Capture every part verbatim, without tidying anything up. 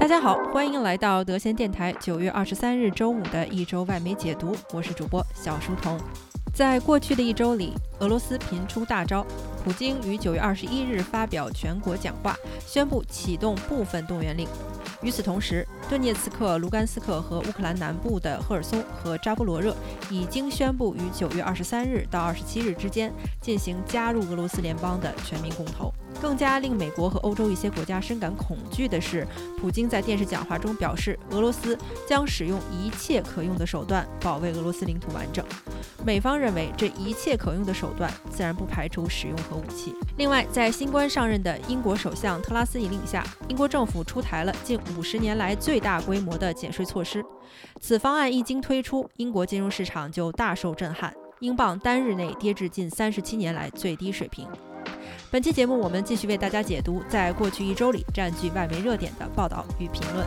大家好，欢迎来到德贤电台九月二十三日周五的一周外媒解读，我是主播小书童。在过去的一周里，俄罗斯频出大招，普京于九月二十一日发表全国讲话，宣布启动部分动员令。与此同时，顿涅茨克、卢甘斯克和乌克兰南部的赫尔松和扎波罗热已经宣布于九月二十三日到二十七日之间进行加入俄罗斯联邦的全民公投。更加令美国和欧洲一些国家深感恐惧的是，普京在电视讲话中表示，俄罗斯将使用一切可用的手段保卫俄罗斯领土完整。美方认为这一切可用的手段自然不排除使用核武器。另外，在新官上任的英国首相特拉斯引领下，英国政府出台了近五十年来最大规模的减税措施。此方案一经推出，英国金融市场就大受震撼，英镑单日内跌至近三十七年来最低水平。本期节目我们继续为大家解读在过去一周里占据外媒热点的报道与评论。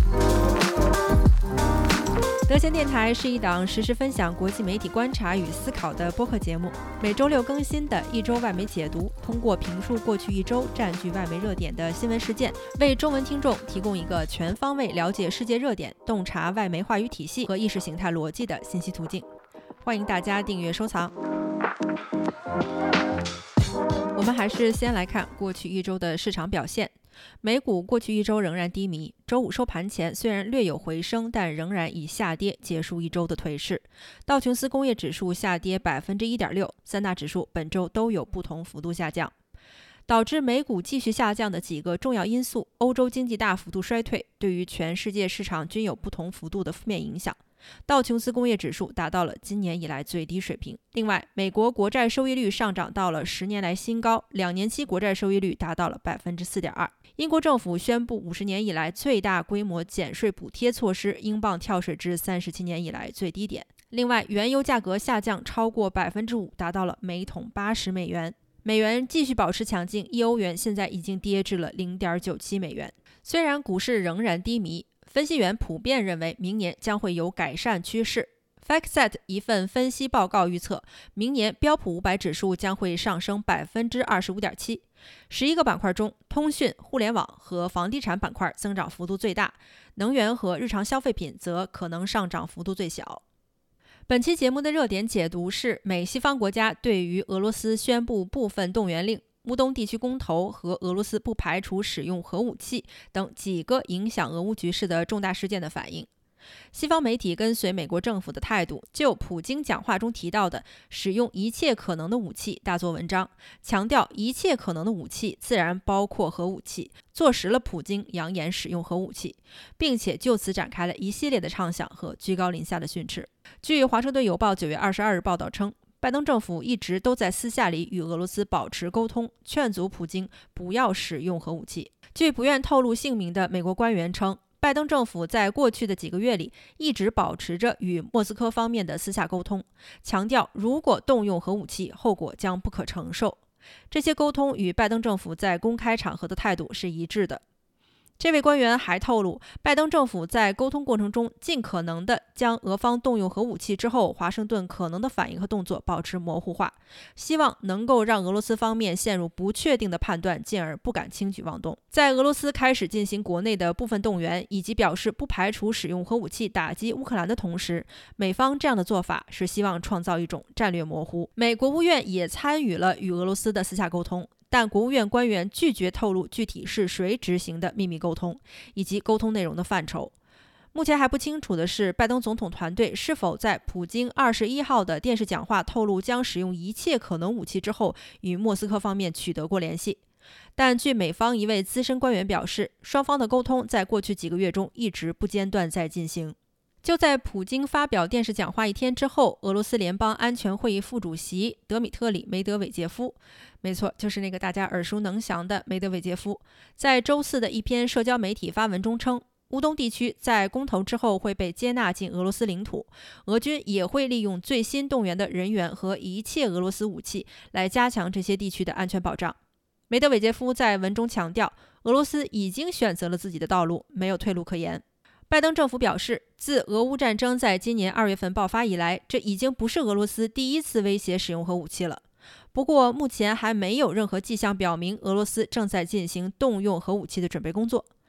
德贤电台是一档实时分享国际媒体观察与思考的播客节目，每周六更新的一周外媒解读，通过评述过去一周占据外媒热点的新闻事件，为中文听众提供一个全方位了解世界热点、洞察外媒话语体系和意识形态逻辑的信息途径。欢迎大家订阅收藏。我们还是先来看过去一周的市场表现。美股过去一周仍然低迷，周五收盘前虽然略有回升，但仍然以下跌结束一周的颓势。道琼斯工业指数下跌 百分之一点六， 三大指数本周都有不同幅度下降。导致美股继续下降的几个重要因素，欧洲经济大幅度衰退，对于全世界市场均有不同幅度的负面影响。道琼斯工业指数达到了今年以来最低水平。另外，美国国债收益率上涨到了十年来新高，两年期国债收益率达到了 百分之四点二。英国政府宣布五十年以来最大规模减税补贴措施，英镑跳水至三十七年以来最低点。另外，原油价格下降超过 百分之五， 达到了每桶八十美元。美元继续保持强劲，一欧元现在已经跌至了 零点九七美元。虽然股市仍然低迷，分析员普遍认为明年将会有改善趋势。FactSet 一份分析报告预测，明年标普五百指数将会上升 百分之二十五点七。十一个板块中，通讯、互联网和房地产板块增长幅度最大，能源和日常消费品则可能上涨幅度最小。本期节目的热点解读是美西方国家对于俄罗斯宣布部分动员令、乌东地区公投和俄罗斯不排除使用核武器等几个影响俄乌局势的重大事件的反应。西方媒体跟随美国政府的态度，就普京讲话中提到的使用一切可能的武器大做文章，强调一切可能的武器自然包括核武器，坐实了普京扬言使用核武器，并且就此展开了一系列的畅想和居高临下的训斥。据华盛顿邮报九月二十二日报道称，拜登政府一直都在私下里与俄罗斯保持沟通，劝阻普京不要使用核武器。据不愿透露姓名的美国官员称，拜登政府在过去的几个月里一直保持着与莫斯科方面的私下沟通，强调如果动用核武器，后果将不可承受。这些沟通与拜登政府在公开场合的态度是一致的。这位官员还透露，拜登政府在沟通过程中尽可能地将俄方动用核武器之后华盛顿可能的反应和动作保持模糊化，希望能够让俄罗斯方面陷入不确定的判断，进而不敢轻举妄动。在俄罗斯开始进行国内的部分动员，以及表示不排除使用核武器打击乌克兰的同时，美方这样的做法是希望创造一种战略模糊。美国务院也参与了与俄罗斯的私下沟通，但国务院官员拒绝透露具体是谁执行的秘密沟通，以及沟通内容的范畴。目前还不清楚的是，拜登总统团队是否在普京二十一号的电视讲话透露将使用一切可能武器之后，与莫斯科方面取得过联系。但据美方一位资深官员表示，双方的沟通在过去几个月中一直不间断在进行。就在普京发表电视讲话一天之后，俄罗斯联邦安全会议副主席德米特里·梅德韦杰夫，没错，就是那个大家耳熟能详的梅德韦杰夫，在周四的一篇社交媒体发文中称，乌东地区在公投之后会被接纳进俄罗斯领土，俄军也会利用最新动员的人员和一切俄罗斯武器来加强这些地区的安全保障。梅德韦杰夫在文中强调，俄罗斯已经选择了自己的道路，没有退路可言。拜登政府表示，自俄乌战争在今年二月份爆发以来，这已经不是俄罗斯第一次威胁使用核武器了。不过，目前还没有任何迹象表明俄罗斯正在进行动用核武器的准备工作。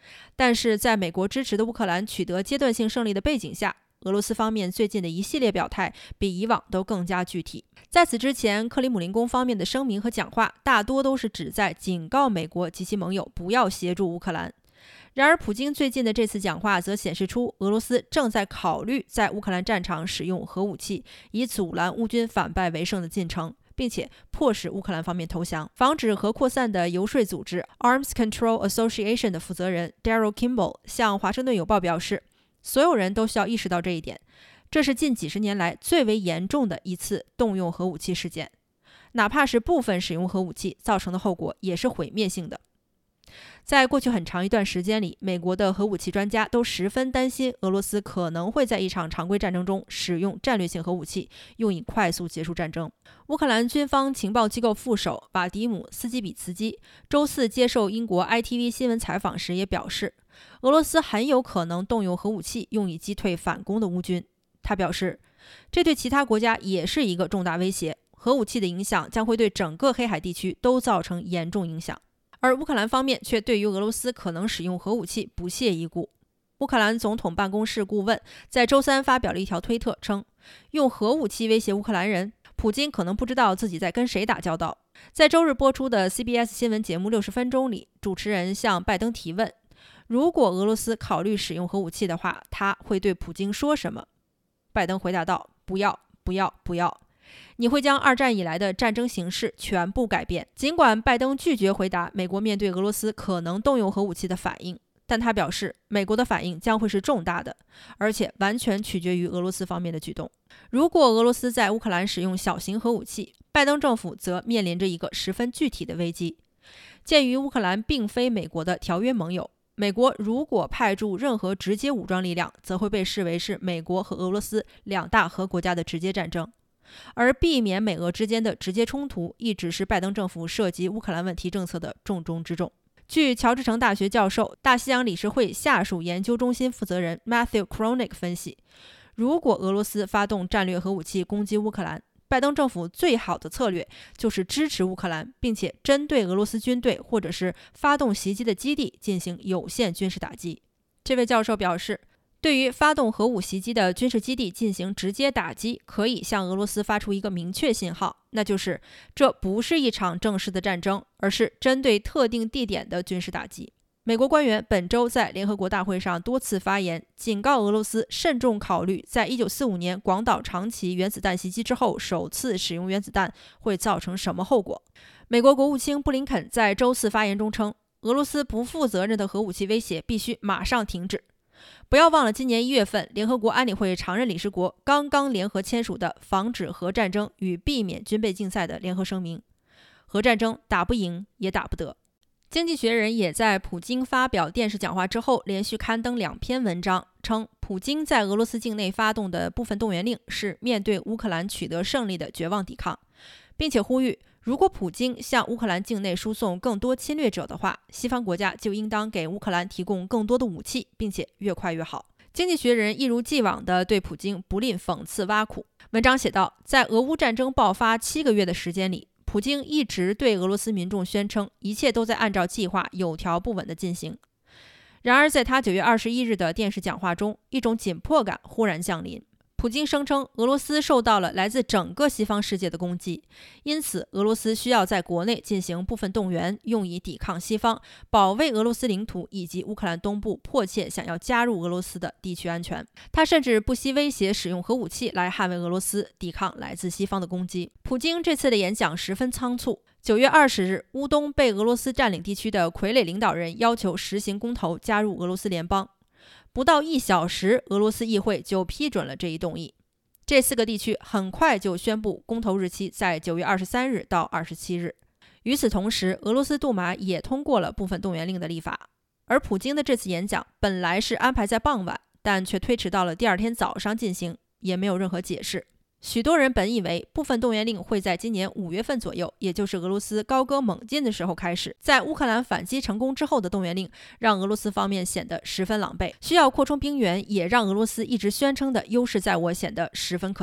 但是在美国支持的乌克兰取得阶段性胜利的背景下，俄罗斯方面最近的一系列表态比以往都更加具体。在此之前，克里姆林宫方面的声明和讲话大多都是旨在警告美国及其盟友不要协助乌克兰。然而，普京最近的这次讲话则显示出俄罗斯正在考虑在乌克兰战场使用核武器，以阻拦乌军反败为胜的进程，并且迫使乌克兰方面投降。防止核扩散的游说组织 Arms Control Association 的负责人 Daryl Kimball 向华盛顿邮报表示，所有人都需要意识到这一点，这是近几十年来最为严重的一次动用核武器事件，哪怕是部分使用核武器，造成的后果也是毁灭性的。在过去很长一段时间里，美国的核武器专家都十分担心俄罗斯可能会在一场常规战争中使用战略性核武器，用以快速结束战争。乌克兰军方情报机构副手瓦迪姆斯基比茨基周四接受英国 I T V 新闻采访时也表示，俄罗斯很有可能动用核武器用以击退反攻的乌军。他表示，这对其他国家也是一个重大威胁，核武器的影响将会对整个黑海地区都造成严重影响。而乌克兰方面却对于俄罗斯可能使用核武器不屑一顾。乌克兰总统办公室顾问在周三发表了一条推特称，用核武器威胁乌克兰人，普京可能不知道自己在跟谁打交道。在周日播出的 C B S 新闻节目六十分钟里，主持人向拜登提问，如果俄罗斯考虑使用核武器的话，他会对普京说什么？拜登回答道，不要，不要，不要。你会将二战以来的战争形势全部改变。尽管拜登拒绝回答美国面对俄罗斯可能动用核武器的反应，但他表示美国的反应将会是重大的，而且完全取决于俄罗斯方面的举动。如果俄罗斯在乌克兰使用小型核武器，拜登政府则面临着一个十分具体的危机。鉴于乌克兰并非美国的条约盟友，美国如果派驻任何直接武装力量，则会被视为是美国和俄罗斯两大核国家的直接战争。而避免美俄之间的直接冲突，一直是拜登政府涉及乌克兰问题政策的重中之重。据乔治城大学教授、大西洋理事会下属研究中心负责人 Matthew Kroenig 分析，如果俄罗斯发动战略核武器攻击乌克兰，拜登政府最好的策略就是支持乌克兰，并且针对俄罗斯军队或者是发动袭击的基地进行有限军事打击。这位教授表示，对于发动核武袭击的军事基地进行直接打击，可以向俄罗斯发出一个明确信号，那就是这不是一场正式的战争，而是针对特定地点的军事打击。美国官员本周在联合国大会上多次发言，警告俄罗斯慎重考虑在一九四五年广岛长崎原子弹袭击之后首次使用原子弹会造成什么后果。美国国务卿布林肯在周四发言中称，俄罗斯不负责任的核武器威胁必须马上停止。不要忘了，今年一月份，联合国安理会常任理事国刚刚联合签署的防止核战争与避免军备竞赛的联合声明。核战争打不赢也打不得。经济学人也在普京发表电视讲话之后，连续刊登两篇文章，称普京在俄罗斯境内发动的部分动员令是面对乌克兰取得胜利的绝望抵抗，并且呼吁，如果普京向乌克兰境内输送更多侵略者的话，西方国家就应当给乌克兰提供更多的武器，并且越快越好。经济学人一如既往地对普京不吝讽刺挖苦。文章写道，在俄乌战争爆发七个月的时间里，普京一直对俄罗斯民众宣称一切都在按照计划有条不紊地进行。然而，在他九月二十一日的电视讲话中，一种紧迫感忽然降临。普京声称，俄罗斯受到了来自整个西方世界的攻击，因此俄罗斯需要在国内进行部分动员，用以抵抗西方，保卫俄罗斯领土以及乌克兰东部迫切想要加入俄罗斯的地区安全。他甚至不惜威胁使用核武器来捍卫俄罗斯，抵抗来自西方的攻击。普京这次的演讲十分仓促。九月二十日，乌东被俄罗斯占领地区的傀儡领导人要求实行公投，加入俄罗斯联邦。不到一小时，俄罗斯议会就批准了这一动议。这四个地区很快就宣布公投日期在九月二十三日到二十七日。与此同时，俄罗斯杜马也通过了部分动员令的立法。而普京的这次演讲本来是安排在傍晚，但却推迟到了第二天早上进行，也没有任何解释。许多人本以为部分动员令会在今年五月份左右，也就是俄罗斯高歌猛进的时候开始。在乌克兰反击成功之后的动员令，让俄罗斯方面显得十分狼狈，需要扩充兵源，也让俄罗斯一直宣称的优势在我显得十分可笑。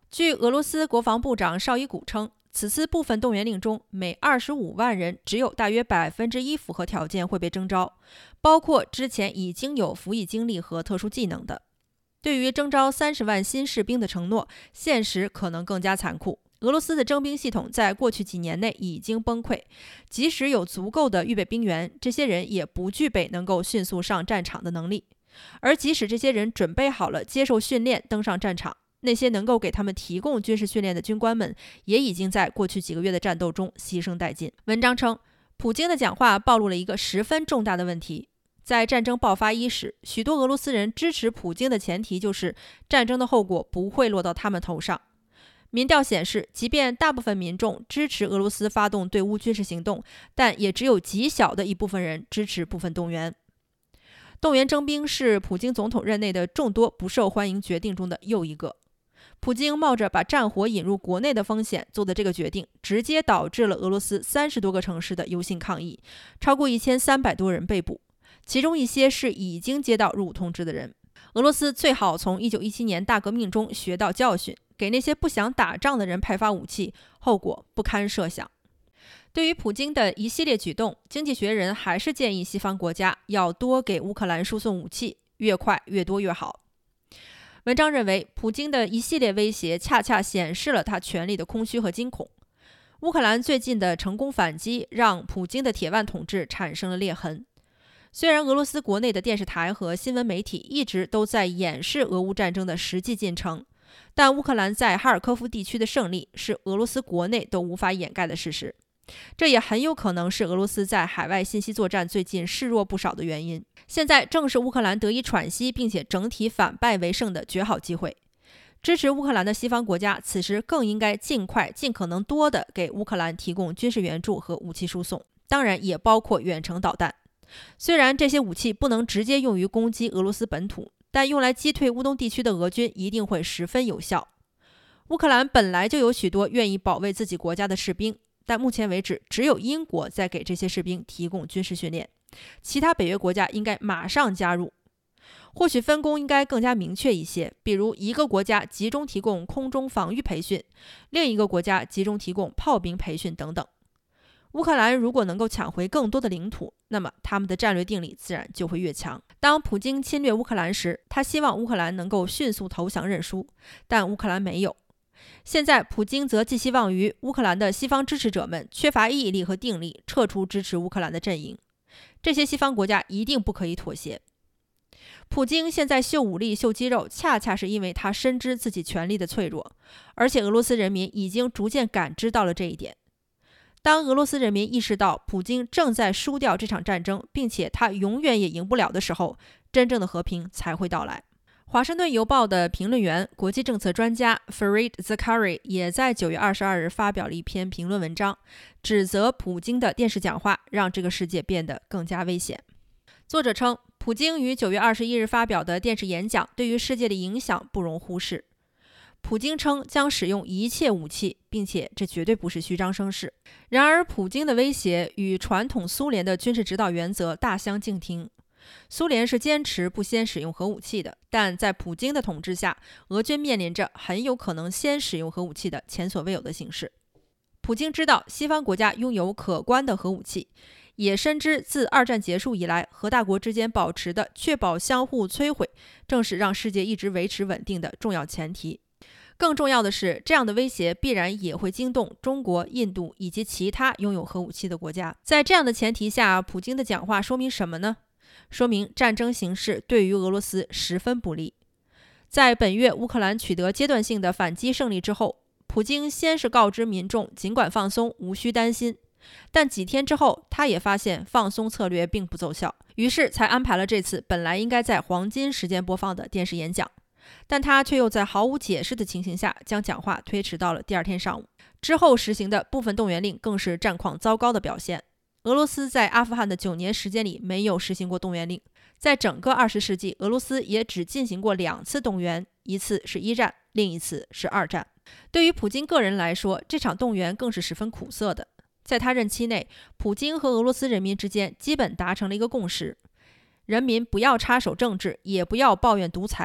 据俄罗斯国防部长绍伊古称，此次部分动员令中，每二十五万人只有大约百分之一符合条件会被征召，包括之前已经有服役经历和特殊技能的。对于征召三十万新士兵的承诺，现实可能更加残酷。俄罗斯的征兵系统在过去几年内已经崩溃，即使有足够的预备兵员，这些人也不具备能够迅速上战场的能力。而即使这些人准备好了接受训练登上战场，那些能够给他们提供军事训练的军官们也已经在过去几个月的战斗中牺牲殆尽。文章称，普京的讲话暴露了一个十分重大的问题。在战争爆发伊始，许多俄罗斯人支持普京的前提就是战争的后果不会落到他们头上。民调显示，即便大部分民众支持俄罗斯发动对乌军事行动，但也只有极小的一部分人支持部分动员。动员征兵是普京总统任内的众多不受欢迎决定中的又一个。普京冒着把战火引入国内的风险做的这个决定，直接导致了俄罗斯三十多个城市的游行抗议，超过一千三百多人被捕，其中一些是已经接到入伍通知的人。俄罗斯最好从一九一七年大革命中学到教训，给那些不想打仗的人派发武器，后果不堪设想。对于普京的一系列举动，经济学人还是建议西方国家要多给乌克兰输送武器，越快越多越好。文章认为，普京的一系列威胁恰恰显示了他权力的空虚和惊恐。乌克兰最近的成功反击让普京的铁腕统治产生了裂痕。虽然俄罗斯国内的电视台和新闻媒体一直都在掩饰俄乌战争的实际进程，但乌克兰在哈尔科夫地区的胜利是俄罗斯国内都无法掩盖的事实。这也很有可能是俄罗斯在海外信息作战最近示弱不少的原因。现在正是乌克兰得以喘息并且整体反败为胜的绝好机会。支持乌克兰的西方国家此时更应该尽快尽可能多地给乌克兰提供军事援助和武器输送，当然也包括远程导弹。虽然这些武器不能直接用于攻击俄罗斯本土，但用来击退乌东地区的俄军一定会十分有效。乌克兰本来就有许多愿意保卫自己国家的士兵，但目前为止只有英国在给这些士兵提供军事训练，其他北约国家应该马上加入。或许分工应该更加明确一些，比如一个国家集中提供空中防御培训，另一个国家集中提供炮兵培训等等。乌克兰如果能够抢回更多的领土，那么他们的战略定力自然就会越强。当普京侵略乌克兰时，他希望乌克兰能够迅速投降认输，但乌克兰没有。现在普京则寄希望于乌克兰的西方支持者们缺乏毅力和定力，撤出支持乌克兰的阵营。这些西方国家一定不可以妥协。普京现在秀武力、秀肌肉，恰恰是因为他深知自己权力的脆弱，而且俄罗斯人民已经逐渐感知到了这一点。当俄罗斯人民意识到普京正在输掉这场战争，并且他永远也赢不了的时候，真正的和平才会到来。华盛顿邮报的评论员、国际政策专家 Fareed Zakaria 也在九月二十二日发表了一篇评论文章，指责普京的电视讲话让这个世界变得更加危险。作者称，普京于九月二十一日发表的电视演讲对于世界的影响不容忽视。普京称将使用一切武器，并且这绝对不是虚张声势。然而，普京的威胁与传统苏联的军事指导原则大相径庭。苏联是坚持不先使用核武器的，但在普京的统治下，俄军面临着很有可能先使用核武器的前所未有的形势。普京知道西方国家拥有可观的核武器，也深知自二战结束以来，核大国之间保持的确保相互摧毁，正是让世界一直维持稳定的重要前提。更重要的是，这样的威胁必然也会惊动中国、印度以及其他拥有核武器的国家。在这样的前提下，普京的讲话说明什么呢？说明战争形势对于俄罗斯十分不利。在本月乌克兰取得阶段性的反击胜利之后，普京先是告知民众尽管放松，无需担心，但几天之后，他也发现放松策略并不奏效，于是才安排了这次本来应该在黄金时间播放的电视演讲。但他却又在毫无解释的情形下将讲话推迟到了第二天上午。之后实行的部分动员令更是战况糟糕的表现。俄罗斯在阿富汗的九年时间里没有实行过动员令，在整个二十世纪，俄罗斯也只进行过两次动员，一次是一战，另一次是二战。对于普京个人来说，这场动员更是十分苦涩的。在他任期内，普京和俄罗斯人民之间基本达成了一个共识：人民不要插手政治，也不要抱怨独裁。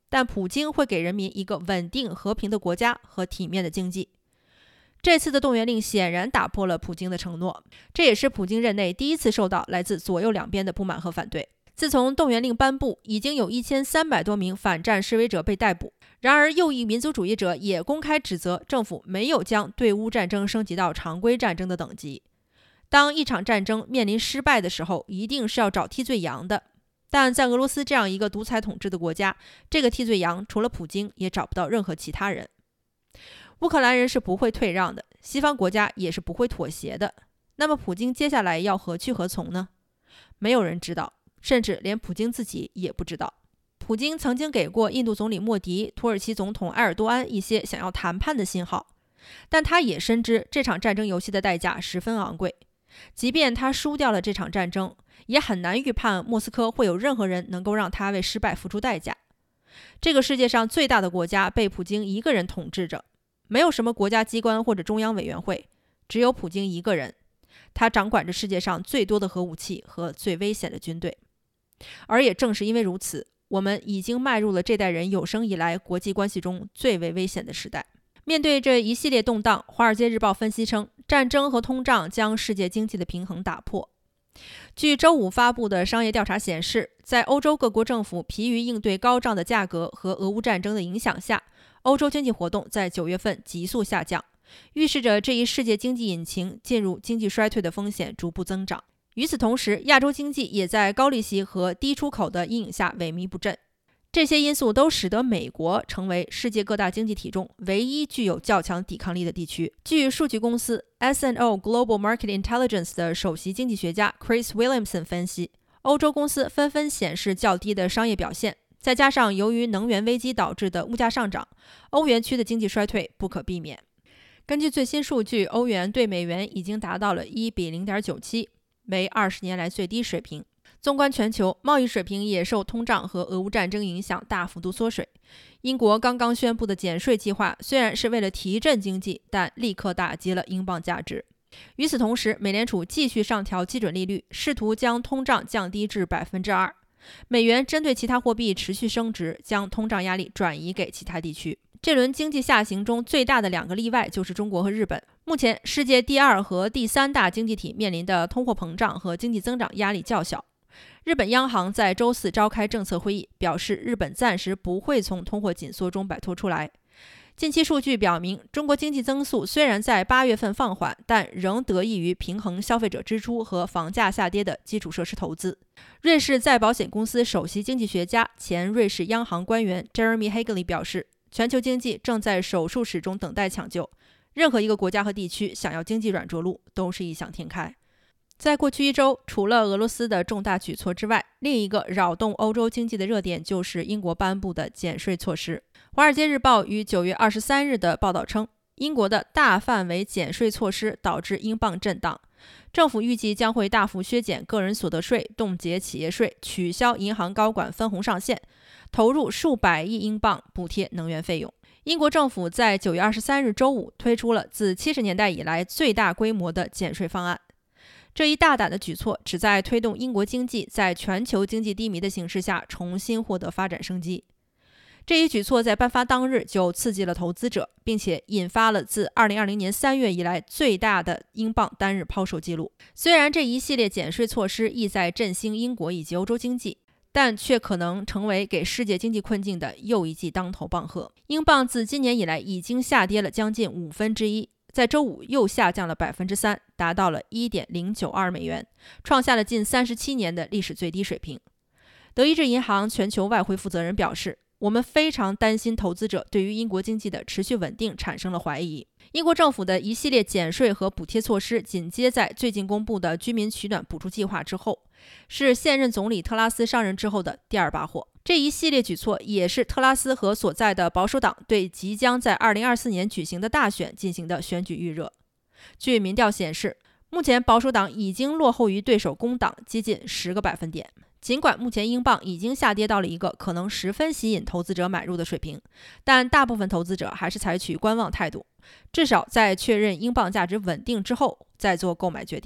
但普京会给人民一个稳定和平的国家和体面的经济。这次的动员令显然打破了普京的承诺，这也是普京任内第一次受到来自左右两边的不满和反对。自从动员令颁布，已经有一千三百多名反战示威者被逮捕。然而，右翼民族主义者也公开指责政府没有将对乌战争升级到常规战争的等级。当一场战争面临失败的时候，一定是要找替罪羊的。但在俄罗斯这样一个独裁统治的国家，这个替罪羊除了普京，也找不到任何其他人。乌克兰人是不会退让的，西方国家也是不会妥协的。那么，普京接下来要何去何从呢？没有人知道。甚至连普京自己也不知道。普京曾经给过印度总理莫迪、土耳其总统埃尔多安一些想要谈判的信号，但他也深知这场战争游戏的代价十分昂贵。即便他输掉了这场战争，也很难预判莫斯科会有任何人能够让他为失败付出代价。这个世界上最大的国家被普京一个人统治着，没有什么国家机关或者中央委员会，只有普京一个人。他掌管着世界上最多的核武器和最危险的军队。而也正是因为如此，我们已经迈入了这代人有生以来国际关系中最为危险的时代。面对这一系列动荡，《华尔街日报》分析称，战争和通胀将世界经济的平衡打破。据周五发布的商业调查显示，在欧洲各国政府疲于应对高涨的价格和俄乌战争的影响下，欧洲经济活动在九月份急速下降，预示着这一世界经济引擎进入经济衰退的风险逐步增长。与此同时，亚洲经济也在高利息和低出口的阴影下萎靡不振。这些因素都使得美国成为世界各大经济体中唯一具有较强抵抗力的地区。据数据公司 S and O Global Market Intelligence 的首席经济学家 Chris Williamson 分析，欧洲公司纷纷显示较低的商业表现，再加上由于能源危机导致的物价上涨，欧元区的经济衰退不可避免。根据最新数据，欧元对美元已经达到了一比零点九七。为二十年来最低水平。纵观全球，贸易水平也受通胀和俄乌战争影响大幅度缩水。英国刚刚宣布的减税计划虽然是为了提振经济，但立刻打击了英镑价值。与此同时，美联储继续上调基准利率，试图将通胀降低至 百分之二。美元针对其他货币持续升值，将通胀压力转移给其他地区。这轮经济下行中最大的两个例外就是中国和日本。目前，世界第二和第三大经济体面临的通货膨胀和经济增长压力较小。日本央行在周四召开政策会议，表示日本暂时不会从通货紧缩中摆脱出来。近期数据表明，中国经济增速虽然在八月份放缓，但仍得益于平衡消费者支出和房价下跌的基础设施投资。瑞士再保险公司首席经济学家、前瑞士央行官员 Jeremy Hagley 表示，全球经济正在手术室中等待抢救，任何一个国家和地区想要经济软着陆都是异想天开。在过去一周，除了俄罗斯的重大举措之外，另一个扰动欧洲经济的热点就是英国颁布的减税措施。《华尔街日报》于九月二十三日的报道称，英国的大范围减税措施导致英镑震荡，政府预计将会大幅削减个人所得税、冻结企业税、取消银行高管分红上限，投入数百亿英镑补贴能源费用。英国政府在九月二十三日周五推出了自七十年代以来最大规模的减税方案。这一大胆的举措旨在推动英国经济在全球经济低迷的形势下重新获得发展生机。这一举措在颁发当日就刺激了投资者，并且引发了自二零二零年三月以来最大的英镑单日抛售记录。虽然这一系列减税措施意在振兴英国以及欧洲经济，但却可能成为给世界经济困境的又一记当头棒喝。英镑自今年以来已经下跌了将近五分之一，在周五又下降了百分之三，达到了一点零九二美元，创下了近三十七年的历史最低水平。德意志银行全球外汇负责人表示，我们非常担心投资者对于英国经济的持续稳定产生了怀疑。英国政府的一系列减税和补贴措施紧接在最近公布的居民取暖补助计划之后，是现任总理特拉斯上任之后的第二把火。这一系列举措也是特拉斯和所在的保守党对即将在二零二四年举行的大选进行的选举预热。据民调显示，目前保守党已经落后于对手工党接近十个百分点。尽管目前英镑已经下跌到了一个可能十分吸引投资者买入的水平，但大部分投资者还是采取观望态度，至少在确认英镑价值稳定之后再做购买决定。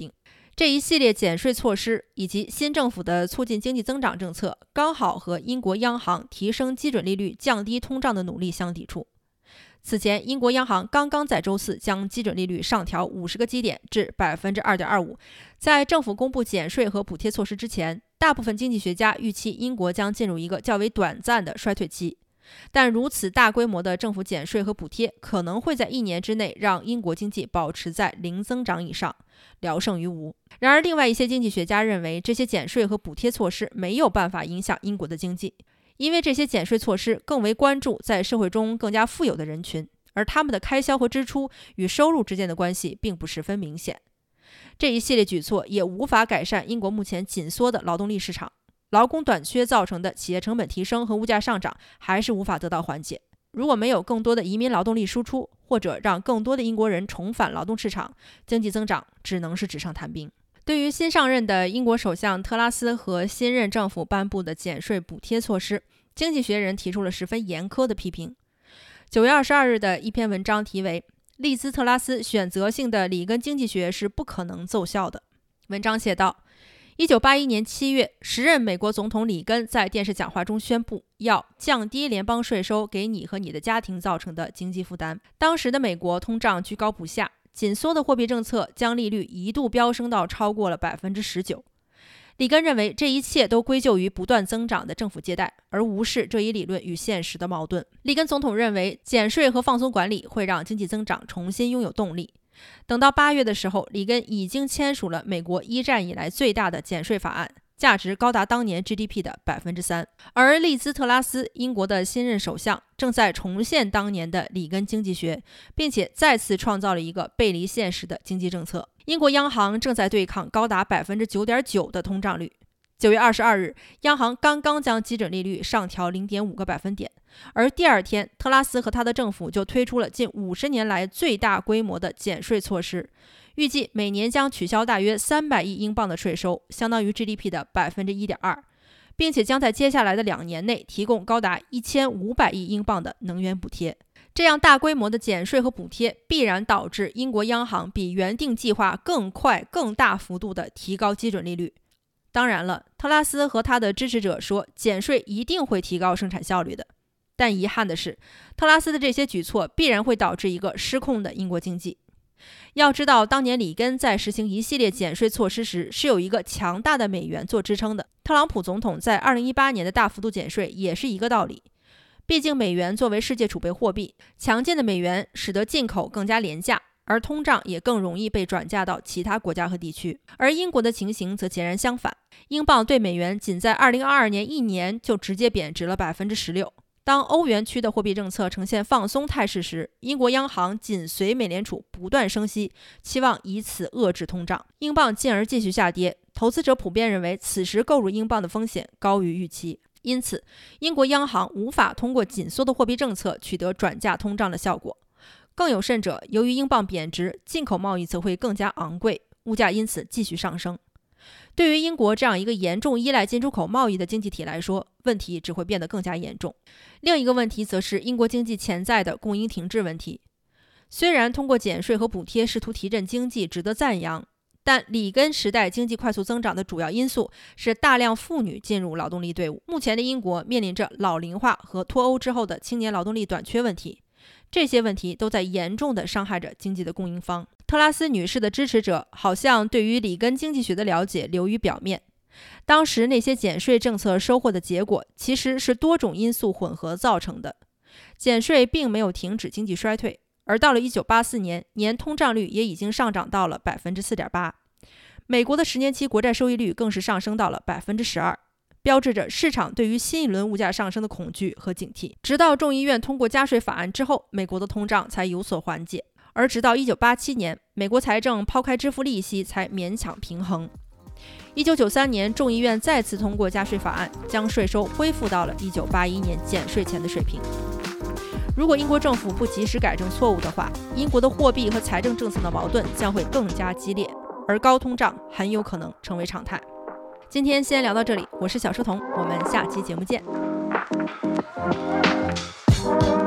这一系列减税措施以及新政府的促进经济增长政策，刚好和英国央行提升基准利率、降低通胀的努力相抵触。此前，英国央行刚刚在周四将基准利率上调五十个基点至 百分之二点二五。在政府公布减税和补贴措施之前，大部分经济学家预期英国将进入一个较为短暂的衰退期。但如此大规模的政府减税和补贴可能会在一年之内让英国经济保持在零增长以上，聊胜于无。然而，另外一些经济学家认为，这些减税和补贴措施没有办法影响英国的经济，因为这些减税措施更为关注在社会中更加富有的人群，而他们的开销和支出与收入之间的关系并不十分明显。这一系列举措也无法改善英国目前紧缩的劳动力市场。劳工短缺造成的企业成本提升和物价上涨还是无法得到缓解。如果没有更多的移民劳动力输出，或者让更多的英国人重返劳动市场，经济增长只能是纸上谈兵。对于新上任的英国首相特拉斯和新任政府颁布的减税补贴措施，经济学人提出了十分严苛的批评。九月二十二日的一篇文章题为《利兹特拉斯选择性的里根经济学是不可能奏效的》。文章写道，一九八一年七月，时任美国总统里根在电视讲话中宣布，要降低联邦税收给你和你的家庭造成的经济负担。当时的美国通胀居高不下，紧缩的货币政策将利率一度飙升到超过了 百分之十九。里根认为这一切都归咎于不断增长的政府借贷，而无视这一理论与现实的矛盾。里根总统认为，减税和放松管理会让经济增长重新拥有动力。等到八月的时候，里根已经签署了美国一战以来最大的减税法案，价值高达当年 G D P 的 百分之三。而利兹特拉斯，英国的新任首相，正在重现当年的里根经济学，并且再次创造了一个背离现实的经济政策。英国央行正在对抗高达 百分之九点九 的通胀率。九月二十二日，央行刚刚将基准利率上调 零点五个百分点，而第二天，特拉斯和他的政府就推出了近五十年来最大规模的减税措施，预计每年将取消大约三百亿英镑的税收，相当于 G D P 的 百分之一点二， 并且将在接下来的两年内提供高达一千五百亿英镑的能源补贴。这样大规模的减税和补贴必然导致英国央行比原定计划更快、更大幅度地提高基准利率。当然了，特拉斯和他的支持者说，减税一定会提高生产效率的。但遗憾的是，特拉斯的这些举措必然会导致一个失控的英国经济。要知道，当年里根在实行一系列减税措施时，是有一个强大的美元做支撑的。特朗普总统在二零一八年的大幅度减税也是一个道理。毕竟美元作为世界储备货币，强劲的美元使得进口更加廉价，而通胀也更容易被转嫁到其他国家和地区。而英国的情形则截然相反，英镑对美元仅在二零二二年一年就直接贬值了 百分之十六。当欧元区的货币政策呈现放松态势时，英国央行紧随美联储不断升息，期望以此遏制通胀，英镑进而继续下跌。投资者普遍认为，此时购入英镑的风险高于预期。因此，英国央行无法通过紧缩的货币政策取得转嫁通胀的效果。更有甚者，由于英镑贬值，进口贸易则会更加昂贵，物价因此继续上升。对于英国这样一个严重依赖进出口贸易的经济体来说，问题只会变得更加严重。另一个问题则是英国经济潜在的供应停滞问题。虽然通过减税和补贴试图提振经济值得赞扬，但里根时代经济快速增长的主要因素是大量妇女进入劳动力队伍。目前的英国面临着老龄化和脱欧之后的青年劳动力短缺问题，这些问题都在严重地伤害着经济的供应方。特拉斯女士的支持者好像对于里根经济学的了解流于表面。当时那些减税政策收获的结果其实是多种因素混合造成的。减税并没有停止经济衰退，而到了一九八四年，年通胀率也已经上涨到了 百分之四点八， 美国的十年期国债收益率更是上升到了 百分之十二， 标志着市场对于新一轮物价上升的恐惧和警惕。直到众议院通过加税法案之后，美国的通胀才有所缓解，而直到一九八七年，美国财政抛开支付利息才勉强平衡。一九九三年，众议院再次通过加税法案，将税收恢复到了一九八一年减税前的水平。如果英国政府不及时改正错误的话，英国的货币和财政政策的矛盾将会更加激烈，而高通胀很有可能成为常态。今天先聊到这里，我是小书童，我们下期节目见。